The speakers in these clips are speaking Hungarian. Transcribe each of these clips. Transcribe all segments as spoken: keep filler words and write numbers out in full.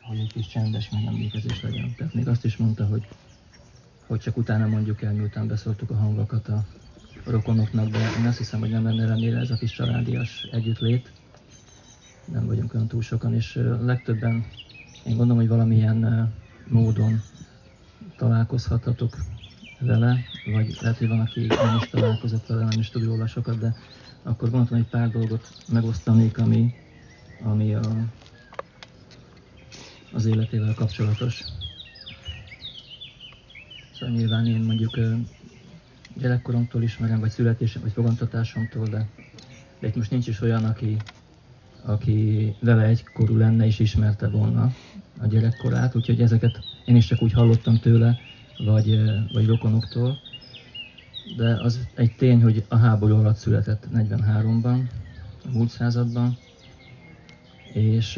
hogy egy kis csendes megemlékezés legyen. Tehát még azt is mondta, hogy, hogy csak utána mondjuk el, miután beszóltuk a hangokat a rokonoknak, de én azt hiszem, hogy nem lenne remélem ez a kis családias együttlét. Nem vagyunk olyan túl sokan, és legtöbben én gondolom, hogy valamilyen módon találkozhatatok vele, vagy lehet, hogy van, aki nem is találkozott vele, nem is tud róla sokat, de akkor gondoltam, hogy pár dolgot megosztanék, ami, ami a, az életével kapcsolatos. Szóval nyilván én mondjuk gyerekkoromtól ismerem, vagy születésem, vagy fogantatásomtól, de, de itt most nincs is olyan, aki, aki vele egykorú lenne és ismerte volna a gyerekkorát, úgyhogy ezeket én is csak úgy hallottam tőle, vagy, vagy rokonoktól. De az egy tény, hogy a háború alatt született negyvenháromban, a múlt században, és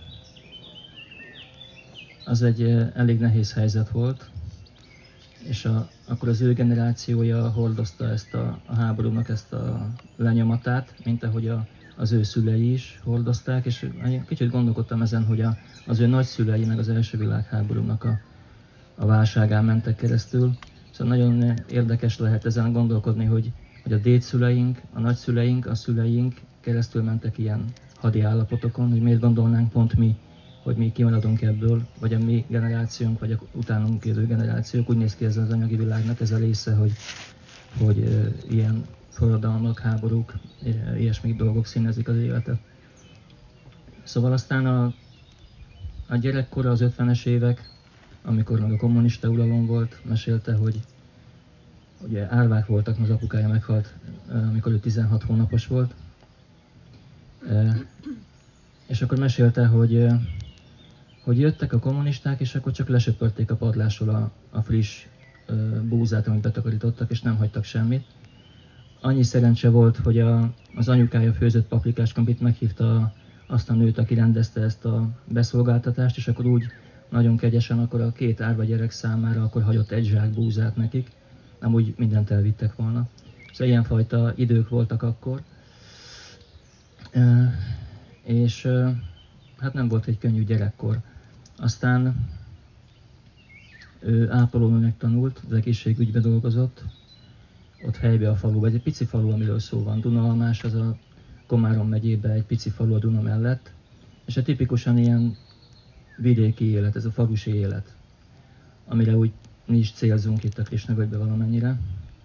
az egy elég nehéz helyzet volt, és a, akkor az ő generációja hordozta ezt a, a háborúnak ezt a lenyomatát, mint ahogy a, az ő szülei is hordozták, és kicsit gondolkodtam ezen, hogy a, az ő nagyszülei meg az első világháborúnak a, a válságán mentek keresztül. Szóval nagyon érdekes lehet ezen gondolkodni, hogy, hogy a dédszüleink, a nagyszüleink, a szüleink keresztül mentek ilyen hadi állapotokon, hogy miért gondolnánk pont mi, hogy mi kimaradunk ebből, vagy a mi generációnk, vagy a utánunk jövő generációk. Úgy néz ki ez az anyagi világnak ez a része, hogy, hogy e, ilyen forradalmak, háborúk, e, ilyesmi dolgok színezik az életet. Szóval aztán a, a gyerekkora, az ötvenes évek, amikor meg a kommunista uralom volt, mesélte, hogy ugye árvák voltak, az apukája meghalt, amikor ő tizenhat hónapos volt. E, és akkor mesélte, hogy hogy jöttek a kommunisták, és akkor csak lesöpörték a padlásról a, a friss uh, búzát, amit betakarítottak, és nem hagytak semmit. Annyi szerencse volt, hogy a, az anyukája főzött paprikás krumplit, meghívta azt a nőt, aki rendezte ezt a beszolgáltatást, és akkor úgy nagyon kegyesen akkor a két árva gyerek számára akkor hagyott egy zsák búzát nekik, nem úgy mindent elvittek volna. Szóval ilyenfajta idők voltak akkor. Uh, és uh, hát nem volt egy könnyű gyerekkor. Aztán ő ápolónőnek tanult, az egészségügybe dolgozott, ott helybe a faluban. Ez egy pici falu, amiről szó van. Dunaalmás, az a Komárom megyében egy pici falu a Duna mellett, és a tipikusan ilyen vidéki élet, ez a falusi élet, amire úgy mi is célzunk itt a Krisna-völgybe valamennyire.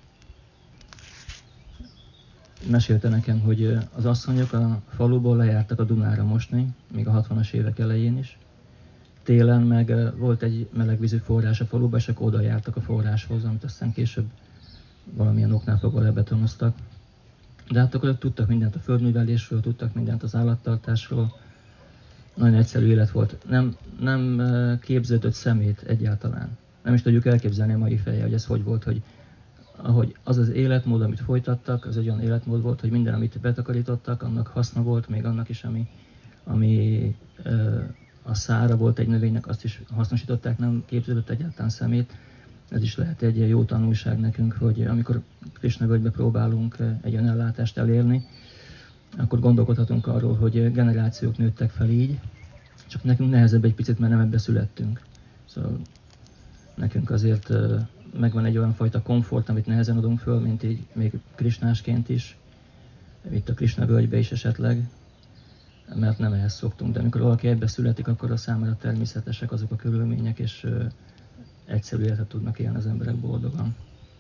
Mesélte nekem, hogy az asszonyok a faluból lejártak a Dunára mosni, még a hatvanas évek elején is. Télen meg volt egy melegvízű forrás a faluban, és akkor oda jártak a forráshoz, amit aztán később valamilyen oknál fogva lebetonoztak. De hát akkor tudtak mindent a földművelésről, tudtak mindent az állattartásról. Nagyon egyszerű élet volt. Nem, nem képződött szemét egyáltalán. Nem is tudjuk elképzelni a mai fejjel, hogy ez hogy volt, hogy ahogy az az életmód, amit folytattak, az egy olyan életmód volt, hogy minden, amit betakarítottak, annak haszna volt, még annak is, ami, ami ö, a szára volt egy növénynek, azt is hasznosították, nem képződött egyáltalán szemét. Ez is lehet egy jó tanulság nekünk, hogy amikor Krisna-völgybe próbálunk egy olyan ellátást elérni, akkor gondolkodhatunk arról, hogy generációk nőttek fel így, csak nekünk nehezebb egy picit, mert nem ebbe születtünk. Szóval nekünk azért megvan egy olyan fajta komfort, amit nehezen adunk föl, mint így még krisnásként is, itt a Krisna-völgybe is esetleg, mert nem ehhez szoktunk. De amikor valaki ebbe születik, akkor a számára természetesek azok a körülmények, és egyszerű életet tudnak élni az emberek boldogan.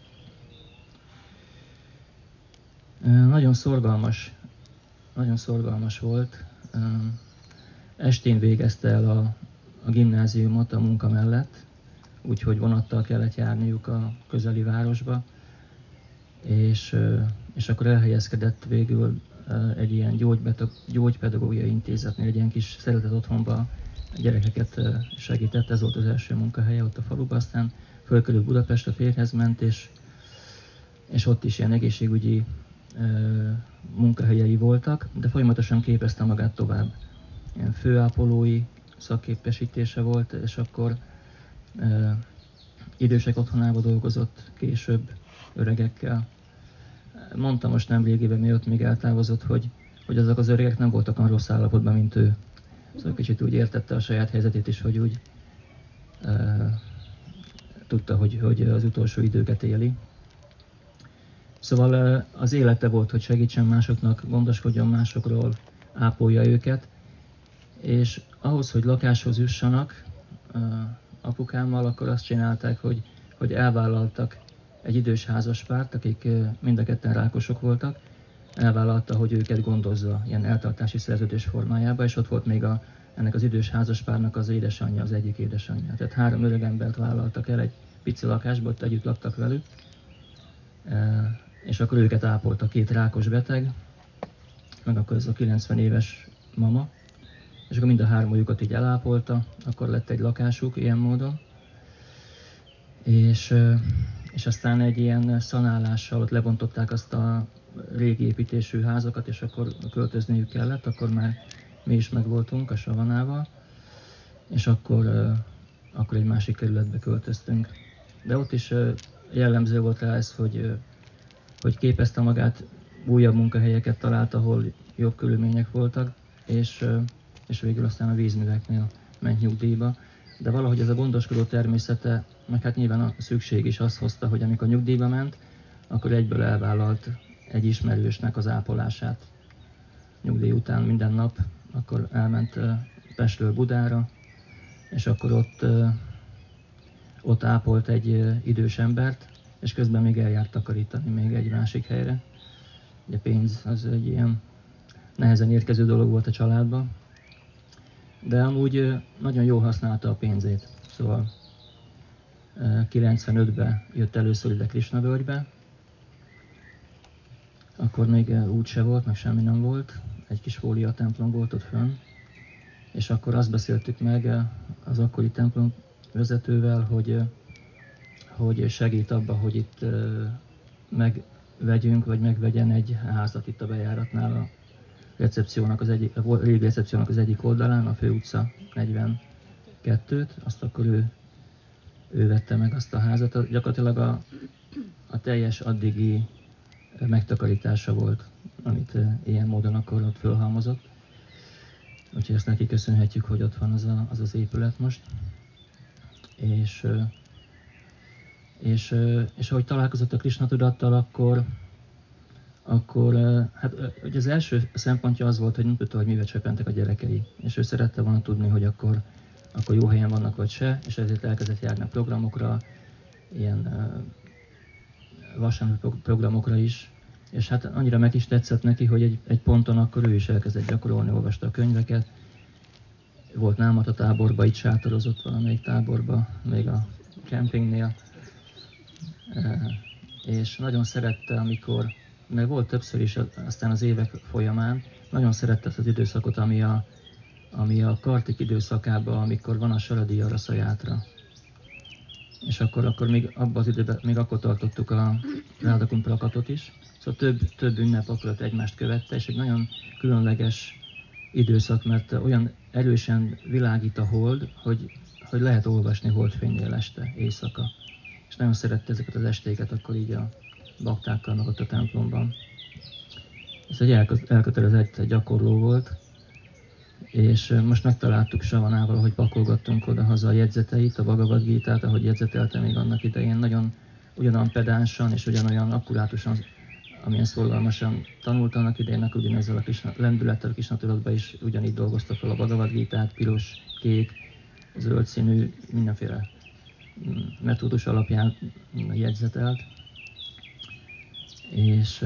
Nagyon szorgalmas, nagyon szorgalmas volt. Estén végezte el a, a gimnáziumot a munka mellett, úgyhogy vonattal kellett járniuk a közeli városba, és, és akkor elhelyezkedett végül egy ilyen gyógypedagógiai intézetnél, egy ilyen kis szeretett otthonba a gyerekeket segített, ez volt az első munkahelye ott a faluban, aztán fölkerült Budapestre, férjhez ment, és, és ott is ilyen egészségügyi munkahelyei voltak, de folyamatosan képezte magát tovább. Ilyen főápolói szakképesítése volt, és akkor e, idősek otthonába dolgozott később öregekkel. Mondta most nem régében, mielőtt még eltávozott, hogy, hogy azok az öregek nem voltak olyan rossz állapotban, mint ő. Szóval kicsit úgy értette a saját helyzetét is, hogy úgy e, tudta, hogy, hogy az utolsó időket éli. Szóval e, az élete volt, hogy segítsen másoknak, gondoskodjon másokról, ápolja őket, és ahhoz, hogy lakáshoz jussanak e, apukámmal, akkor azt csinálták, hogy, hogy elvállaltak egy idős házaspárt, akik mind a ketten rákosok voltak, elvállalta, hogy őket gondozza ilyen eltartási szerződés formájába, és ott volt még a, ennek az idős házaspárnak az édesanyja, az egyik édesanyja. Tehát három öreg embert vállaltak el egy pici lakásba, ott együtt laktak velük, e, és akkor őket ápolta két rákos beteg, meg akkor ez a kilencven éves mama, és akkor mind a hármójukat így elápolta, akkor lett egy lakásuk ilyen módon, és, és aztán egy ilyen szanálással ott lebontották azt a régi építésű házakat, és akkor költözniük kellett, akkor már mi is megvoltunk a Savanával, és akkor, akkor egy másik kerületbe költöztünk. De ott is jellemző volt rá ez, hogy, hogy képezte magát, újabb munkahelyeket talált, ahol jobb körülmények voltak, és, és végül aztán a vízműveknél ment nyugdíjba. De valahogy ez a gondoskodó természete, meg hát nyilván a szükség is azt hozta, hogy amikor nyugdíjba ment, akkor egyből elvállalt egy ismerősnek az ápolását. Nyugdíj után minden nap, akkor elment Pestről Budára, és akkor ott, ott ápolt egy idős embert, és közben még eljárt takarítani még egy másik helyre. Ugye pénz az egy ilyen nehezen érkező dolog volt a családban, de amúgy nagyon jól használta a pénzét. Szóval kilencvenötben jött először ide Krisnavölgybe, akkor még út se volt, meg semmi nem volt, egy kis fólia templom volt ott fönn, és akkor azt beszéltük meg az akkori templom vezetővel, hogy, hogy segít abba, hogy itt megvegyünk, vagy megvegyen egy házat itt a bejáratnál, a recepciónak az egyik, a régi recepciónak az egyik oldalán, a főutca negyvenkettőt, azt akkor ő, ő vette meg azt a házat. Gyakorlatilag a, a teljes addigi megtakarítása volt, amit ilyen módon akkor ott fölhalmozott. Úgyhogy ezt neki köszönhetjük, hogy ott van az a, az, az épület most. És, és, és ahogy találkozott a Krisna tudattal, akkor, akkor hát ugye az első szempontja az volt, hogy nem tudta, hogy mivel csöppentek a gyerekei. És ő szerette volna tudni, hogy akkor, akkor jó helyen vannak vagy se, és ezért elkezdett járni a programokra, ilyen vasárnapi programokra is. És hát annyira meg is tetszett neki, hogy egy, egy ponton akkor ő is elkezdett gyakorolni, olvasta a könyveket. Volt námat a táborba, itt sátorozott valamelyik táborba, még a kempingnél. E, és nagyon szerette, amikor, meg volt többször is aztán az évek folyamán, nagyon szerette azt az időszakot, ami a, ami a Kartik időszakában, amikor van a Saradi Araszajátra. És akkor, akkor még abban az időben, még akkor tartottuk a Rádakun plakatot is. Szóval több, több ünnep akkor egymást követte, és egy nagyon különleges időszak, mert olyan erősen világít a hold, hogy, hogy lehet olvasni holdfénynél este, éjszaka. És nagyon szerette ezeket az estéket akkor így a baktákkal, meg ott a templomban. Ez egy elkötelezett gyakorló volt, és most megtaláltuk Savanával, hogy pakolgattunk oda-haza a jegyzeteit, a Bhagavad Gítát, ahogy jegyzetelte még annak idején, nagyon ugyanolyan pedánsan és ugyanolyan akkurátusan, amilyen szorgalmasan tanult annak idején, ugyanezzel a kis lendülettel, a Krisna tudatban is ugyanígy dolgozta fel a Bhagavad Gítát, piros, kék, zöld színű, mindenféle metódus alapján jegyzetelt. És,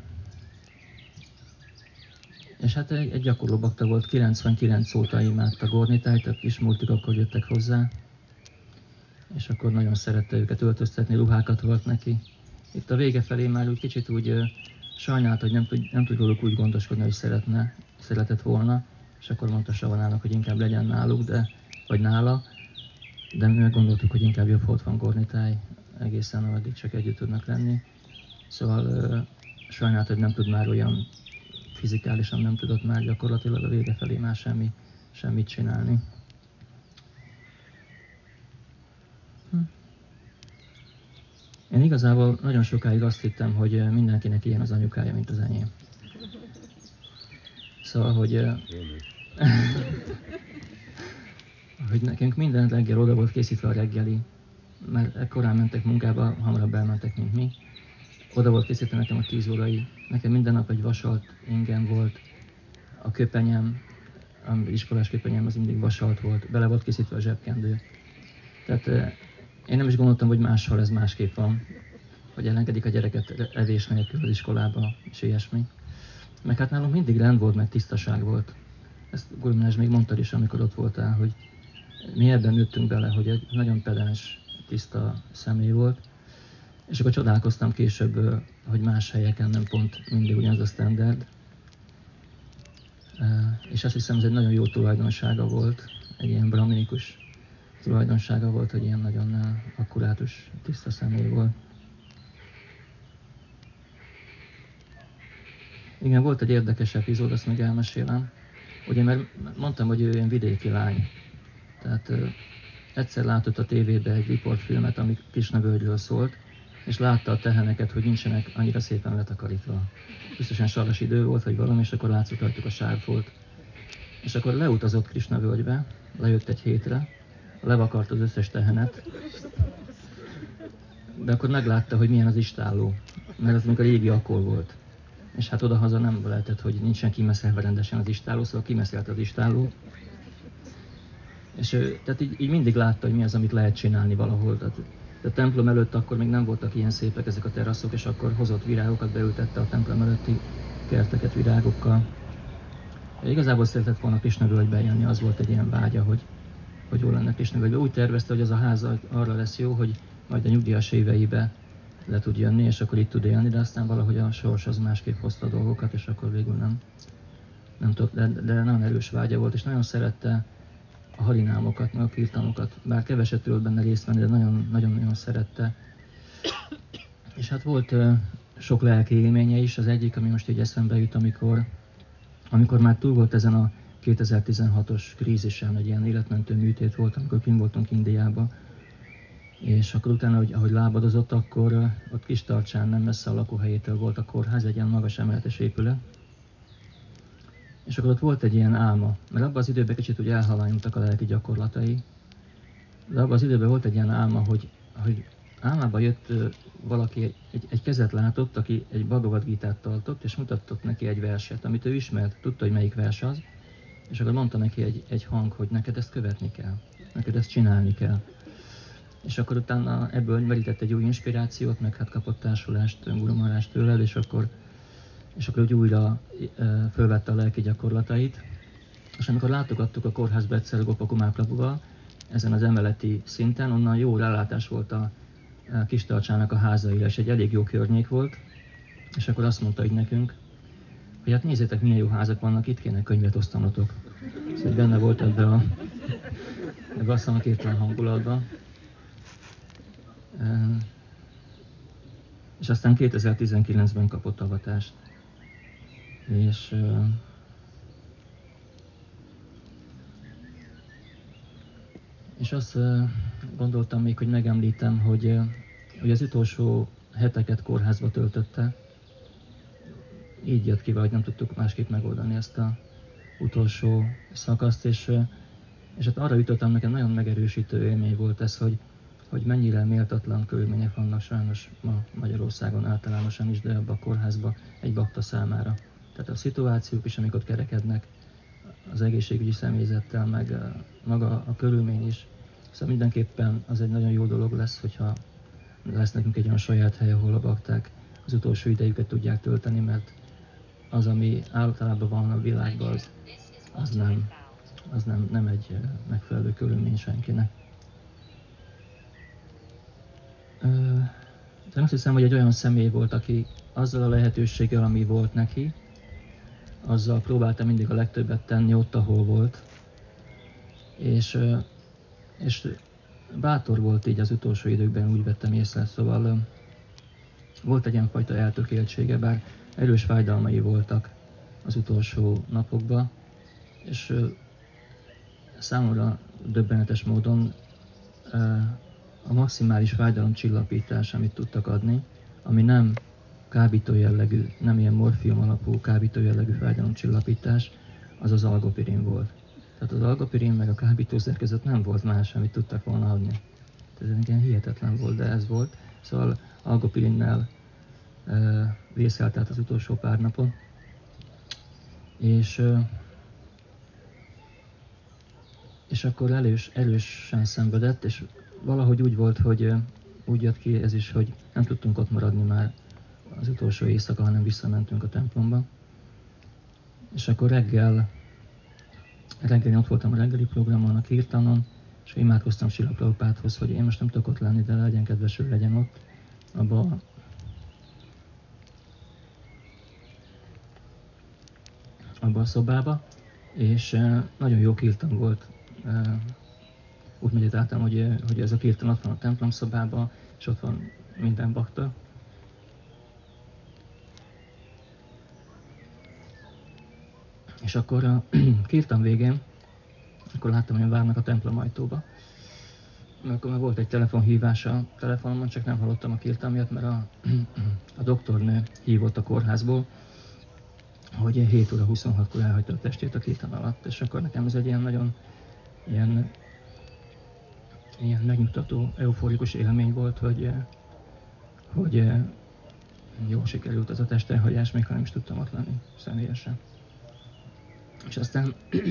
és hát egy, egy gyakorló bakta volt, kilencvenkilenc óta imádta Gornitájt, a kis multik akkor jöttek hozzá, és akkor nagyon szerette őket öltöztetni, ruhákat volt neki. Itt a vége felé már úgy kicsit úgy sajnált, hogy nem tud, nem tud róluk úgy gondoskodni, hogy szeretne, szeretett volna, és akkor mondta Savanának, hogy inkább legyen náluk, de, vagy nála, de mi gondoltuk, hogy inkább jobb, ott van Gornitáj, egészen addig csak együtt tudnak lenni. Szóval sajnált, hogy nem tud már olyan fizikálisan, nem tudott már gyakorlatilag a vége felé már semmi, semmit csinálni. Hm. Én igazából nagyon sokáig azt hittem, hogy mindenkinek ilyen az anyukája, mint az enyém. Szóval, hogy hogy nekünk minden reggel oda volt készítve a reggeli, mert korán mentek munkába, hamarabb elmentek, mint mi. Oda volt készítve nekem a tíz órai, nekem minden nap egy vasalt ingem volt, a köpenyem, az iskolás köpenyem az mindig vasalt volt, bele volt készítve a zsebkendő. Tehát én nem is gondoltam, hogy máshol ez másképp van, hogy elengedik a gyereket evés nélkül az iskolába, és ilyesmi. Meg hát nálunk mindig rend volt, meg tisztaság volt. Ezt Gurminás még mondtad is, amikor ott voltál, hogy mi ebben nőttünk bele, hogy egy nagyon pedáns, tiszta személy volt. És akkor csodálkoztam később, hogy más helyeken nem pont mindig ugyanaz a standard. És azt hiszem, ez egy nagyon jó tulajdonsága volt, egy ilyen brahminikus tulajdonsága volt, hogy ilyen nagyon akkurátus, tiszta személy volt. Igen, volt egy érdekes epizód, azt még elmesélem. Ugye, mert mondtam, hogy ő ilyen vidéki lány. Tehát ö, egyszer látott a tévében egy riportfilmet, ami Krisna-völgyről szólt, és látta a teheneket, hogy nincsenek annyira szépen letakarítva. Biztosan saras idő volt, vagy valami, és akkor látszott rajtuk a sárfolt. És akkor leutazott Krisna-völgybe, lejött egy hétre, levakart az összes tehenet, de akkor meglátta, hogy milyen az istálló, mert az még a régi akkor volt. És hát odahaza nem lehetett, hogy nincsen kimeszelve rendesen az istálló, szóval kimeszelt az istálló. És tehát így, így mindig látta, hogy mi az, amit lehet csinálni valahol. Tehát a templom előtt akkor még nem voltak ilyen szépek ezek a teraszok, és akkor hozott virágokat, beültette a templom előtti kerteket virágokkal. Igazából szeretett volna Krisna-völgybe jönni, az volt egy ilyen vágya, hogy, hogy jó lenne Krisna-völgybe. Úgy tervezte, hogy az a ház arra lesz jó, hogy majd a nyugdíjas éveibe le tud jönni, és akkor itt tud élni, de aztán valahogy a sors az másképp hozta a dolgokat, és akkor végül nem, nem tudott, de, de nagyon erős vágya volt, és nagyon szerette a harinámokat, meg a kirtanokat, bár keveset tudott benne részt venni, de nagyon-nagyon szerette. És hát volt uh, sok lelki élménye is, az egyik, ami most így eszembe jut, amikor, amikor már túl volt ezen a kétezer-tizenhatos krízisen, egy ilyen életmentő műtét volt, amikor kint voltunk Indiában, és akkor utána, hogy, ahogy lábadozott, akkor uh, ott Kistarcsán, nem messze a lakóhelyétől volt a kórház, egy ilyen magas emeletes épület. És akkor ott volt egy ilyen álma, mert abban az időben kicsit úgy elhalványultak a lelki gyakorlatai, de abban az időben volt egy ilyen álma, hogy, hogy álmában jött uh, valaki, egy, egy, egy kezet látott, aki egy Bhagavad Gítát tartott, és mutatott neki egy verset, amit ő ismert, tudta, hogy melyik vers az, és akkor mondta neki egy, egy hang, hogy neked ezt követni kell, neked ezt csinálni kell. És akkor utána ebből merített egy új inspirációt, meg hát kapott társulást, Guru Maharaj tőled, és akkor, és akkor úgy újra e, fölvette a lelki gyakorlatait. És amikor látogattuk a kórházba egyszer Gopakumar Prabhuval, ezen az emeleti szinten, onnan jó rálátás volt a, a Kistarcsának a házaira, és egy elég jó környék volt. És akkor azt mondta így nekünk, hogy hát nézzétek, milyen jó házak vannak, itt kéne könyvet osztanotok. Szóval benne volt ebbe a, ebbe a szanakértelen hangulatba. És aztán kétezer-tizenkilencben kapott avatást. És, és azt gondoltam még, hogy megemlítem, hogy, hogy az utolsó heteket kórházba töltötte. Így jött ki, vagy nem tudtuk másképp megoldani ezt az utolsó szakaszt, és, és hát arra jutottam, nekem nagyon megerősítő élmény volt ez, hogy hogy mennyire méltatlan körülmények vannak sajnos ma Magyarországon általánosan is, de ebbe a kórházba egy bakta számára. Tehát a szituációk is, amikor kerekednek az egészségügyi személyzettel, meg maga a körülmény is. Szóval mindenképpen az egy nagyon jó dolog lesz, hogyha lesz nekünk egy olyan saját hely, ahol a bakták az utolsó idejüket tudják tölteni, mert az, ami általában van a világban, az, az, nem, az nem, nem egy megfelelő körülmény senkinek. De azt hiszem, hogy egy olyan személy volt, aki azzal a lehetőséggel, ami volt neki, azzal próbálta mindig a legtöbbet tenni ott, ahol volt. És, és bátor volt így az utolsó időkben, úgy vettem észre, szóval volt egy ilyenfajta eltökéltsége, bár erős fájdalmai voltak az utolsó napokban, és számomra döbbenetes módon a maximális fájdalomcsillapítás, amit tudtak adni, ami nem kábító jellegű, nem ilyen morfium alapú kábító jellegű fájdalomcsillapítás, az az algopirin volt. Tehát az algopirin meg a kábítószer között nem volt más, amit tudtak volna adni. Tehát ez ilyen hihetetlen volt, de ez volt. Szóval algopirinnel e, vészelt át az utolsó pár napon. És, e, és akkor elős, elősen szenvedett, és valahogy úgy volt, hogy e, úgy jött ki ez is, hogy nem tudtunk ott maradni már az utolsó éjszaka, hanem visszamentünk a templomba. És akkor reggel, reggel én ott voltam a reggeli programon, a kirtanon, és imádkoztam Srila Prabhupádhoz, hogy én most nem tudok ott lenni, de legyen kedves, ő legyen ott, abba, abba a szobába. És uh, nagyon jó kirtan volt. Uh, úgy meditáltam, hogy, hogy ez a kirtan ott van a templom szobában, és ott van minden bakta. És akkor a kirtan végén, akkor láttam, hogy várnak a templom ajtóba. Akkor már volt egy telefonhívás a telefonomon, csak nem hallottam a kirtan miatt, mert a, a doktornő hívott a kórházból, hogy hét óra huszonhatkor elhagyta a testét a kirtan alatt. És akkor nekem ez egy ilyen nagyon ilyen, ilyen megnyugtató, euforikus élmény volt, hogy, hogy jól sikerült az a testelhagyás, még ha nem is tudtam ott lenni személyesen. És aztán,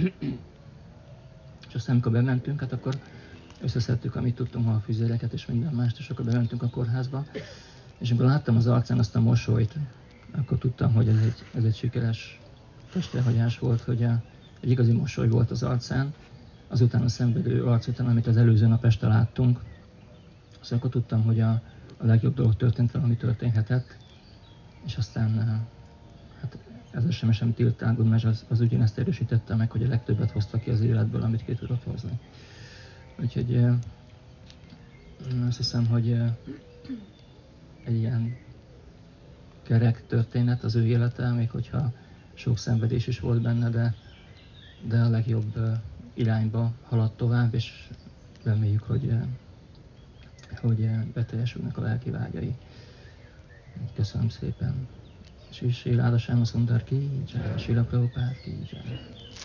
és aztán amikor bementünk, hát akkor összeszedtük, amit tudtunk, a füzéreket és minden mást, és akkor bementünk a kórházba. És amikor láttam az arcán azt a mosolyt, akkor tudtam, hogy ez egy, ez egy sikeres testelhagyás volt, hogy a, egy igazi mosoly volt az arcán, azután a szenvedő arc után, amit az előző nap este láttunk. Szóval akkor tudtam, hogy a, a legjobb dolog történt vele, ami történhetett. És aztán hát ez az es em es, amit írt Thakur, az, az ugyanezt erősítette meg, hogy a legtöbbet hozta ki az életből, amit ki tudott hozni. Úgyhogy azt hiszem, hogy egy ilyen kerek történet az ő élete, még hogyha sok szenvedés is volt benne, de, de a legjobb irányba haladt tovább, és reméljük, hogy, hogy beteljesülnek a lelki vágyai. Köszönöm szépen. Sri Sri Radha Shyama Sundar ki jai, Srila Prabhupada ki jai.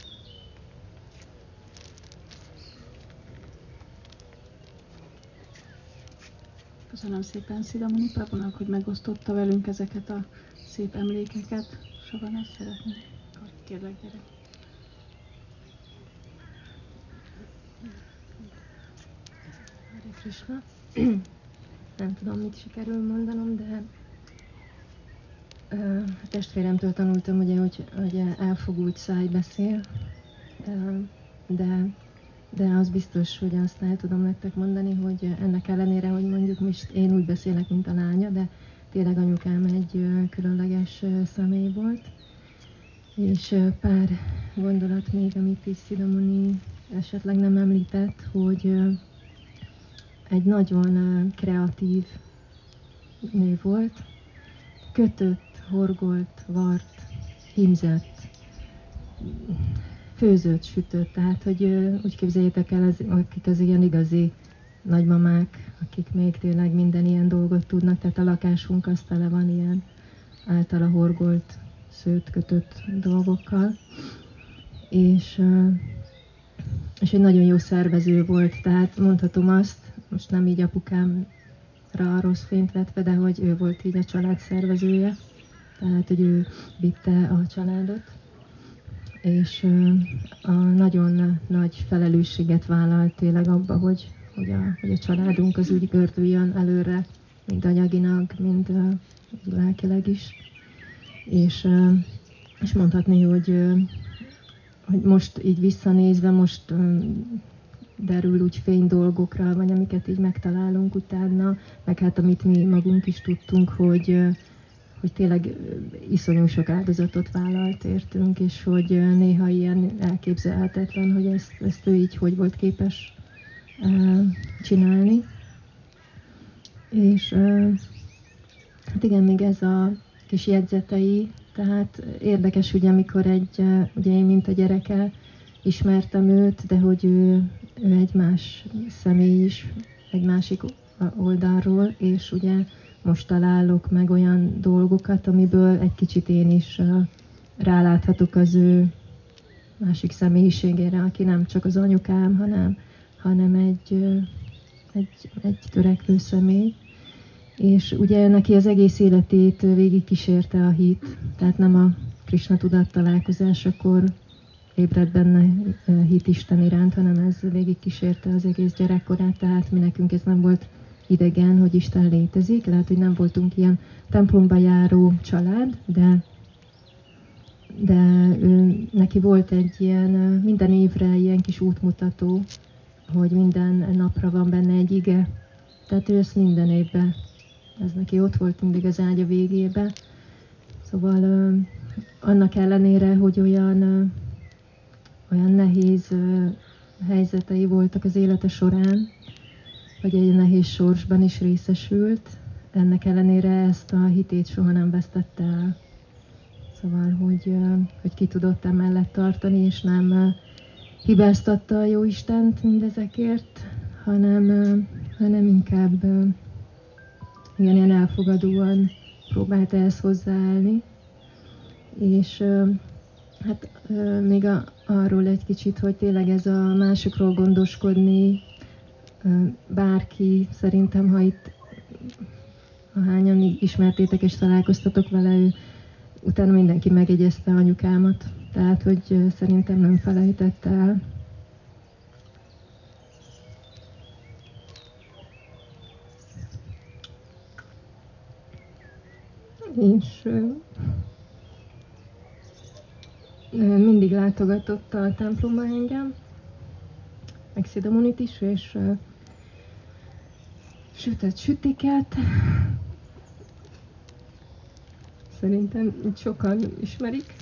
Köszönöm szépen Szidamuni Prabhunak, hogy megosztotta velünk ezeket a szép emlékeket. Sokan ezt szeretnék. Kérlek, gyere. Hare Krishna. Nem tudom, mit sikerül mondanom, de a testvéremtől tanultam, ugye, hogy, hogy elfogult száj beszél, de, de az biztos, hogy azt el tudom nektek mondani, hogy ennek ellenére, hogy mondjuk most én úgy beszélek, mint a lánya, de tényleg anyukám egy különleges személy volt. És pár gondolat még, amit is Szidamuni esetleg nem említett, hogy egy nagyon kreatív nő volt, kötött, horgolt, vart, hímzett, főzött, sütött, tehát hogy úgy képzeljétek el, az, akik az ilyen igazi nagymamák, akik még tényleg minden ilyen dolgot tudnak, tehát a lakásunk az tele van ilyen általa horgolt, szőtt, kötött dolgokkal, és, és egy nagyon jó szervező volt, tehát mondhatom azt, most nem így apukámra rossz fényt vetve, de hogy ő volt így a család szervezője, tehát hogy ő vitte a családot, és a nagyon nagy felelősséget vállalt tényleg abba, hogy, hogy, a, hogy a családunk az úgy gördüljön előre, mind anyaginak, mind uh, lelkileg is. És, uh, és mondhatni, hogy, uh, hogy most így visszanézve, most um, derül úgy fény dolgokra, vagy amiket így megtalálunk utána, meg hát amit mi magunk is tudtunk, hogy, uh, hogy tényleg iszonyú sok áldozatot vállalt értünk, és hogy néha ilyen elképzelhetetlen, hogy ezt, ezt ő így hogy volt képes uh, csinálni. És uh, hát igen, még ez a kis jegyzetei, tehát érdekes, ugye, amikor egy, uh, ugye én mint a gyereke ismertem őt, de hogy ő, ő egy más személy is, egy másik oldalról, és ugye most találok meg olyan dolgokat, amiből egy kicsit én is uh, ráláthatok az ő másik személyiségére, aki nem csak az anyukám, hanem, hanem egy, egy, egy törekvő személy. És ugye neki az egész életét végig kísérte a hit, tehát nem a Krisna tudat találkozásakor ébredt benne hit Isten iránt, hanem ez végig kísérte az egész gyerekkorát, tehát mi nekünk ez nem volt idegen, hogy Isten létezik. Lehet, hogy nem voltunk ilyen templomba járó család, de, de ő, neki volt egy ilyen, minden évre ilyen kis útmutató, hogy minden napra van benne egy ige. Tehát ő ezt minden évben, ez neki ott volt mindig az ágya végébe. Szóval annak ellenére, hogy olyan, olyan nehéz helyzetei voltak az élete során, vagy egy nehéz sorsban is részesült, ennek ellenére ezt a hitét soha nem vesztette el. Szóval, hogy, hogy ki tudott emellett tartani, és nem hibáztatta a Jóistent mindezekért, hanem, hanem inkább ilyen, ilyen elfogadóan próbálta ezt hozzáállni. És hát még a, arról egy kicsit, hogy tényleg ez a másikról gondoskodni, bárki, szerintem, ha itt ahányan ismertétek és találkoztatok vele, ő, utána mindenki megjegyezte anyukámat. Tehát, hogy szerintem nem felejtette el. És mindig látogatott a templomba engem, meg Szidamunit is, és sütött sütiket. Szerintem itt sokan ismerik.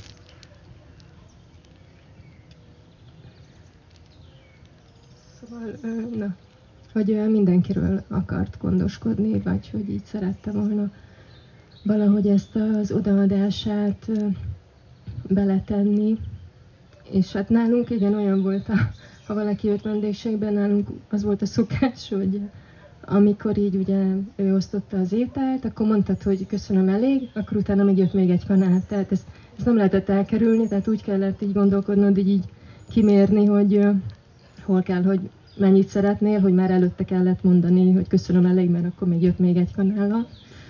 Szóval, na, hogy mindenkiről akart gondoskodni, vagy hogy így szerette volna valahogy ezt az odaadását beletenni. És hát nálunk igen olyan volt, a, ha valaki jött vendégségben, nálunk az volt a szokás, hogy amikor így ugye ő osztotta az ételt, akkor mondtad, hogy köszönöm, elég, akkor utána még jött még egy kanál. Tehát ezt, ezt nem lehetett elkerülni, tehát úgy kellett így gondolkodnod, így, így kimérni, hogy uh, hol kell, hogy mennyit szeretnél, hogy már előtte kellett mondani, hogy köszönöm, elég, mert akkor még jött még egy kanállal.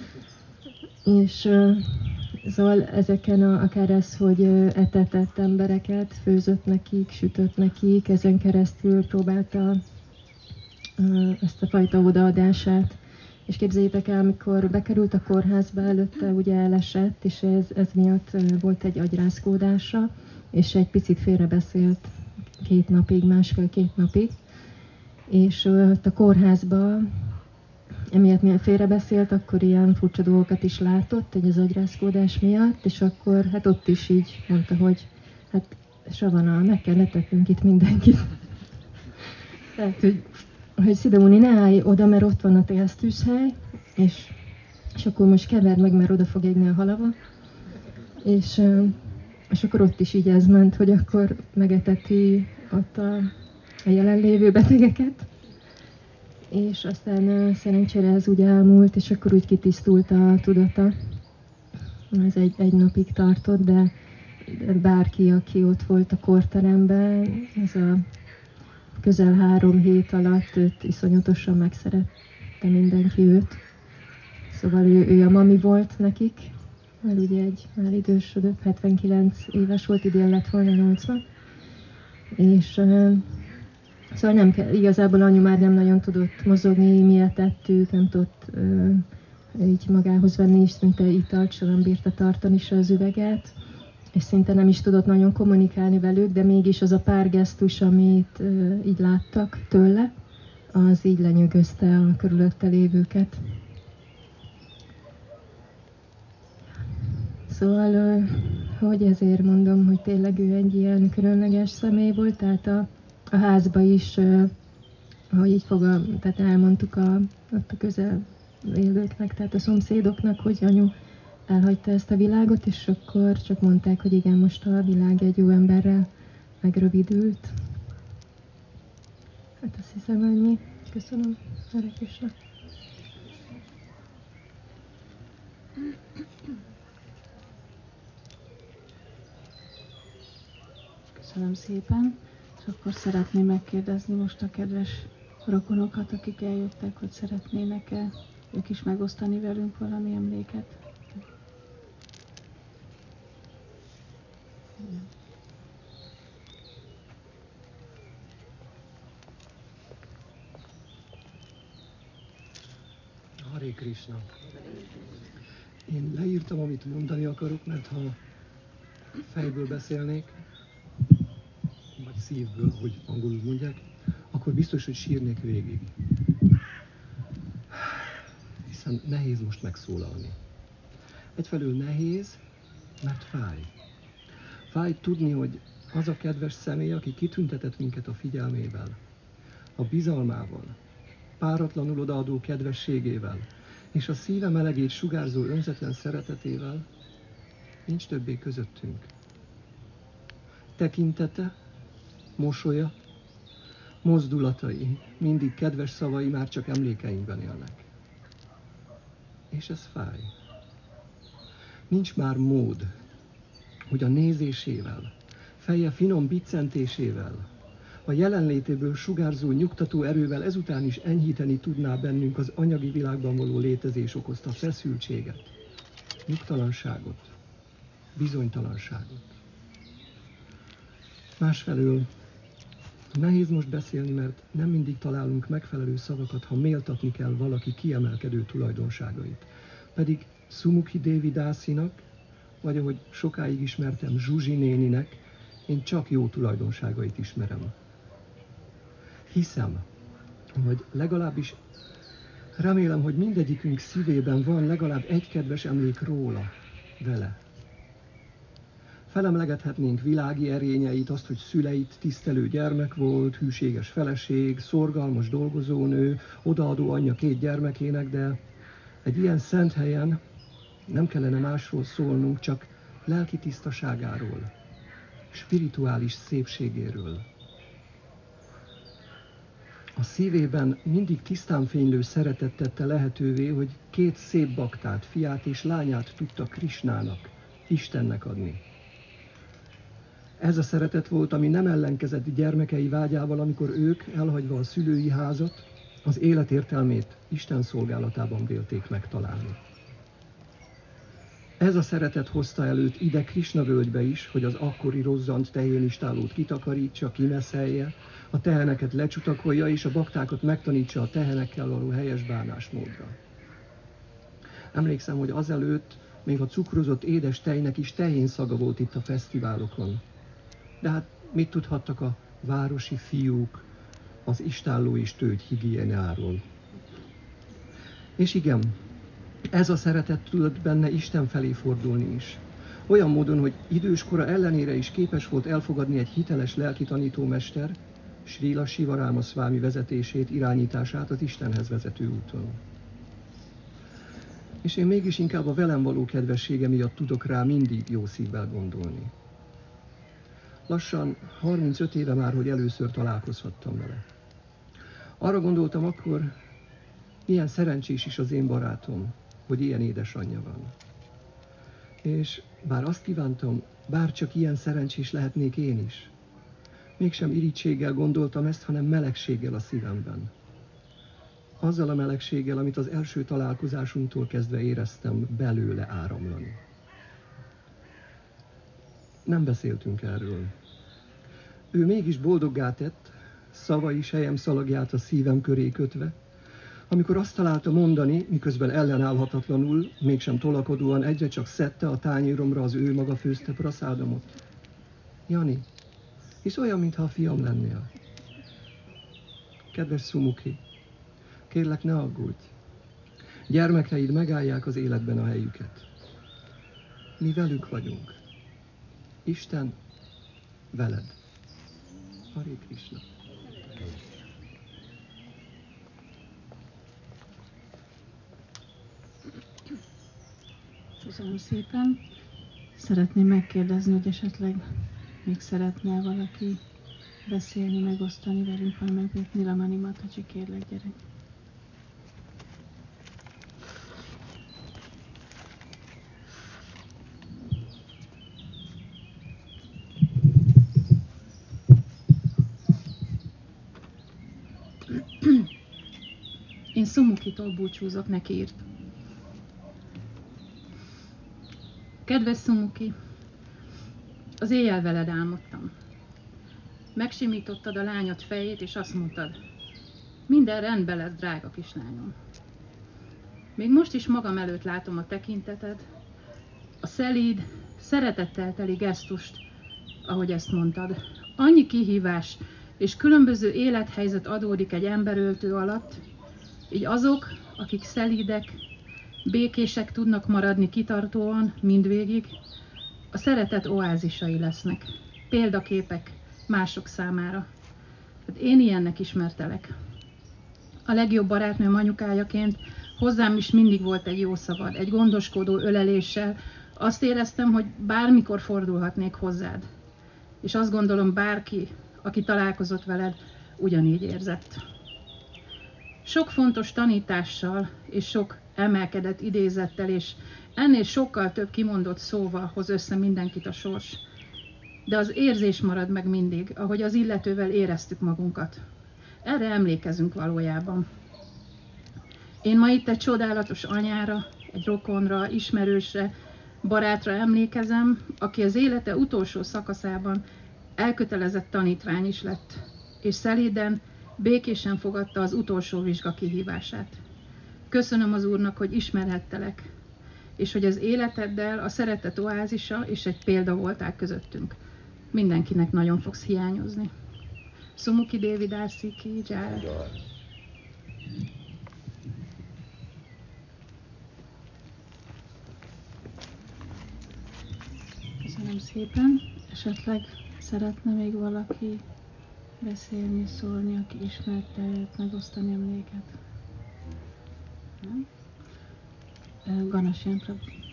És uh, szóval ezeken a, akár ez, hogy uh, etetett embereket, főzött nekik, sütött nekik, ezen keresztül próbálta ezt a fajta odaadását. És képzeljétek el, amikor bekerült a kórházba, előtte ugye elesett, és ez, ez miatt volt egy agyrázkódása, és egy picit félrebeszélt két napig, másfél-két napig. És ott a kórházba, emiatt milyen félrebeszélt, akkor ilyen furcsa dolgokat is látott, egy az agyrázkódás miatt, és akkor hát ott is így mondta, hogy hát Savana, meg kell etetnünk itt mindenkit. Tehát, hogy hogy Szidamuni, ne állj oda, mert ott van a tésztűzhely, és, és akkor most keverd meg, mert oda fog égni a halava. És, és akkor ott is így ez ment, hogy akkor megeteti ott a, a jelenlévő betegeket. És aztán szerencsére ez úgy elmúlt, és akkor úgy kitisztult a tudata. Ez egy, egy napig tartott, de, de bárki, aki ott volt a kórteremben, ez a közel három hét alatt őt iszonyatosan megszerette mindenki őt. Szóval ő, ő a mami volt nekik, mert ugye egy már idősödött, hetvenkilenc éves volt, idén lett volna nyolcvan. És uh, szóval nem kell, igazából anyu már nem nagyon tudott mozogni, miért tettük, nem tudott uh, így magához venni, és szinte italt se nem bírta tartani se az üveget. És szinte nem is tudott nagyon kommunikálni velük, de mégis az a pár gesztus, amit uh, így láttak tőle, az így lenyűgözte a körülötte lévőket. Szóval, uh, hogy ezért mondom, hogy tényleg ő egy ilyen különleges személy volt, tehát a, a házba is, uh, ahogy így fogom, tehát elmondtuk a, ott a közel élőknek, tehát a szomszédoknak, hogy anyu elhagyta ezt a világot, és akkor csak mondták, hogy igen, most a világ egy jó emberrel megrövidült. Hát azt hiszem, ennyi. Köszönöm. Hare Krishna. Köszönöm szépen. És akkor szeretném megkérdezni most a kedves rokonokat, akik eljöttek, hogy szeretnének-e ők is megosztani velünk valami emléket. Hare Krishna. Én leírtam, amit mondani akarok, mert ha fejből beszélnék, vagy szívből, hogy angolul mondják, akkor biztos, hogy sírnék végig. Hiszen nehéz most megszólalni. Egyfelől nehéz, mert fáj. Fáj tudni, hogy az a kedves személy, aki kitüntetett minket a figyelmével, a bizalmával, páratlanul odaadó kedvességével, és a szíve melegét sugárzó önzetlen szeretetével nincs többé közöttünk. Tekintete, mosolya, mozdulatai, mindig kedves szavai már csak emlékeinkben élnek. És ez fáj. Nincs már mód, hogy a nézésével, feje finom biccentésével, a jelenlétéből sugárzó nyugtató erővel ezután is enyhíteni tudná bennünk az anyagi világban való létezés okozta feszültséget, nyugtalanságot, bizonytalanságot. Másfelől nehéz most beszélni, mert nem mindig találunk megfelelő szavakat, ha méltatni kell valaki kiemelkedő tulajdonságait. Pedig Sumukhi Devi Dasinak, vagy ahogy sokáig ismertem Zsuzsi néninek, én csak jó tulajdonságait ismerem. Hiszem, vagy legalábbis remélem, hogy mindegyikünk szívében van legalább egy kedves emlék róla, vele. Felemlegethetnénk világi erényeit, azt, hogy szüleit tisztelő gyermek volt, hűséges feleség, szorgalmas dolgozónő, odaadó anyja két gyermekének, de egy ilyen szent helyen nem kellene másról szólnunk, csak lelki tisztaságáról, spirituális szépségéről. A szívében mindig tisztán fénylő szeretet tette lehetővé, hogy két szép baktát, fiát és lányát tudta Krisnának, Istennek adni. Ez a szeretet volt, ami nem ellenkezett gyermekei vágyával, amikor ők, elhagyva a szülői házat, az élet értelmét Isten szolgálatában vélték megtalálni. Ez a szeretet hozta előtt ide Krisna völgybe is, hogy az akkori rozzant tehénistálót kitakarítsa, kimeszelje, a teheneket lecsutakolja, és a baktákat megtanítsa a tehenekkel való helyes bánásmódra. Emlékszem, hogy azelőtt még a cukrozott édes tejnek is tehén szaga volt itt a fesztiválokon. De hát mit tudhattak a városi fiúk az istálló és tölgy higiénáról? És igen, ez a szeretet tudott benne Isten felé fordulni is. Olyan módon, hogy időskora ellenére is képes volt elfogadni egy hiteles lelki tanítómester, Srila Sivaráma Szvámi vezetését, irányítását az Istenhez vezető úton. És én mégis inkább a velem való kedvessége miatt tudok rá mindig jó szívvel gondolni. Lassan harmincöt éve már, hogy először találkozhattam vele. Arra gondoltam akkor, milyen szerencsés is az én barátom, hogy ilyen édesanyja van. És bár azt kívántam, bár csak ilyen szerencsés lehetnék én is, mégsem irítséggel gondoltam ezt, hanem melegséggel a szívemben. Azzal a melegséggel, amit az első találkozásunktól kezdve éreztem belőle áramlani. Nem beszéltünk erről. Ő mégis boldoggá tett, szavai sejem szalagját a szívem köré kötve, amikor azt találta mondani, miközben ellenállhatatlanul, mégsem tolakodóan egyre csak szedte a tányéromra az ő maga főzte praszádomot. Jani, hisz olyan, mintha a fiam lennél. Kedves Sumukhi, kérlek, ne aggódj. Gyermekeid megállják az életben a helyüket. Mi velük vagyunk. Isten veled. Hare Krishna. Köszönöm szépen. Szeretném megkérdezni, hogy esetleg még szeretne valaki beszélni, megosztani velünk valamit. Nilamani Mataji, kérlek, gyere. Én Szumukitól búcsúzok, neki írt. Kedves Szumuki, az éjjel veled álmodtam. Megsimítottad a lányod fejét, és azt mondtad, minden rendben lesz, drága kislányom. Még most is magam előtt látom a tekinteted, a szelíd, szeretettel teli gesztust, ahogy ezt mondtad. Annyi kihívás és különböző élethelyzet adódik egy emberöltő alatt, így azok, akik szelídek, békések tudnak maradni kitartóan, mindvégig, a szeretet oázisai lesznek, példaképek mások számára. Hát én ilyennek ismertelek. A legjobb barátnőm anyukájaként hozzám is mindig volt egy jó szavad, egy gondoskodó öleléssel. Azt éreztem, hogy bármikor fordulhatnék hozzád. És azt gondolom, bárki, aki találkozott veled, ugyanígy érzett. Sok fontos tanítással és sok emelkedett idézettel és ennél sokkal több kimondott szóval hoz össze mindenkit a sors. De az érzés marad meg mindig, ahogy az illetővel éreztük magunkat. Erre emlékezünk valójában. Én ma itt egy csodálatos anyára, egy rokonra, ismerősre, barátra emlékezem, aki az élete utolsó szakaszában elkötelezett tanítvány is lett, és szelíden, békésen fogadta az utolsó vizsga kihívását. Köszönöm az Úrnak, hogy ismerhettelek, és hogy az életeddel a szeretet oázisa és egy példa voltál közöttünk. Mindenkinek nagyon fogsz hiányozni. Szumuki Dévi Dásziki, Gyára. Köszönöm szépen. Esetleg szeretne még valaki beszélni, szólni, aki ismerte őt, megosztani emléket? Nem? Ganas Jántra.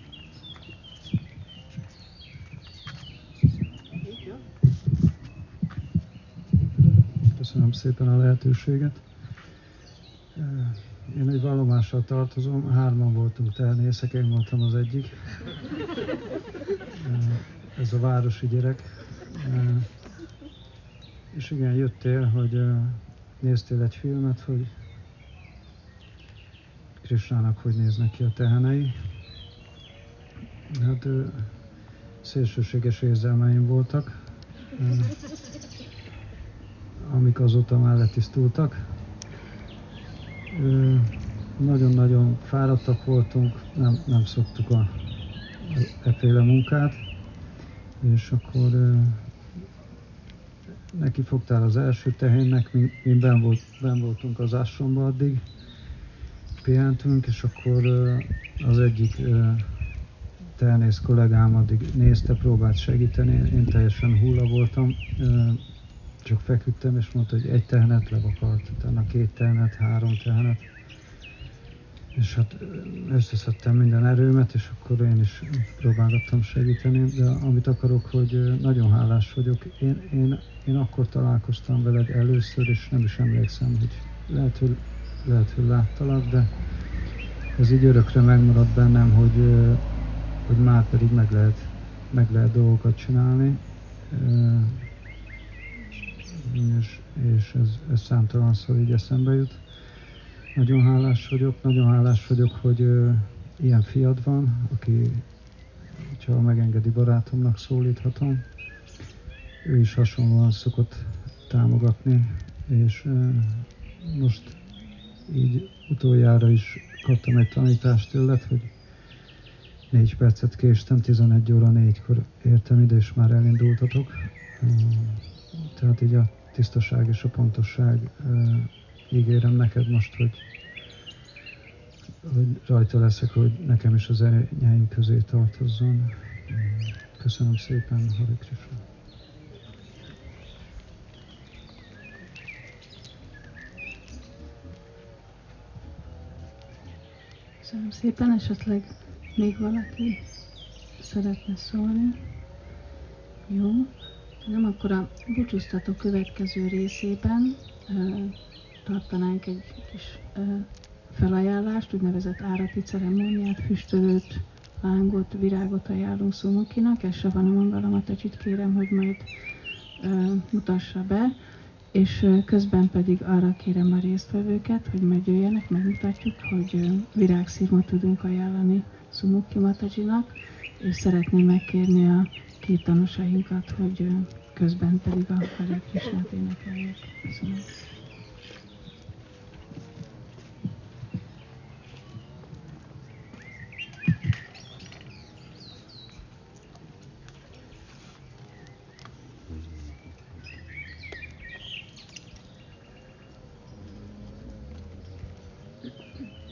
Köszönöm szépen a lehetőséget. Én egy vallomással tartozom, hárman voltunk tehenészek, én voltam az egyik. Ez a városi gyerek. És igen, jöttél, hogy néztél egy filmet, hogy Krisnának hogy néznek ki a tehenei. Hát szélsőséges érzelmeim voltak, amik azóta már letisztultak. Nagyon-nagyon fáradtak voltunk, nem, nem szoktuk a, a efféle munkát, és akkor neki fogtál az első tehénnek, mi, mi ben, volt, ben voltunk az ásomba addig, pihentünk, és akkor az egyik tehenész kollégám addig nézte, próbált segíteni, én teljesen hulla voltam, csak feküdtem, és mondta, hogy egy tehenet levakart, utána két tehenet, három tehenet, és hát összeszedtem minden erőmet, és akkor én is próbálgattam segíteni, de amit akarok, hogy nagyon hálás vagyok. Én, én, én akkor találkoztam veled először, és nem is emlékszem, hogy lehet, hogy, lehet, hogy láttalak, de ez így örökre megmaradt bennem, hogy, hogy már pedig meg lehet, meg lehet dolgokat csinálni, és, és ez, ez számtalanszor így eszembe jut. Nagyon hálás vagyok, nagyon hálás vagyok, hogy uh, ilyen fiad van, aki, ha megengedi, barátomnak szólíthatom. Ő is hasonlóan szokott támogatni, és uh, most így utoljára is kaptam egy tanítást tőled, hogy négy percet késtem, tizenegy óra négykor értem ide, és már elindultatok. Uh, tehát így a tisztaság és a pontosság, uh, ígérem neked most, hogy, hogy rajta leszek, hogy nekem is az erényeim közé tartozzon. Köszönöm szépen, Hare Krishna. Köszönöm szépen, esetleg még valaki szeretne szólni? Jó. Nem, akkor a búcsúztató következő részében uh, tartanánk egy kis uh, felajánlást, úgynevezett árati ceremóniát, füstölőt, lángot, virágot ajánlunk Szumukinak, és Savana Mangalamatasit kérem, hogy majd uh, mutassa be. és közben pedig arra kérem a résztvevőket, hogy megjöjjenek, megmutatjuk, hogy virágszívmot tudunk ajánlani Sumukhi Matajinak, és szeretném megkérni a kirtanosainkat, hogy közben pedig a Hare Krishnát énekeljék. Köszönöm. Thank you.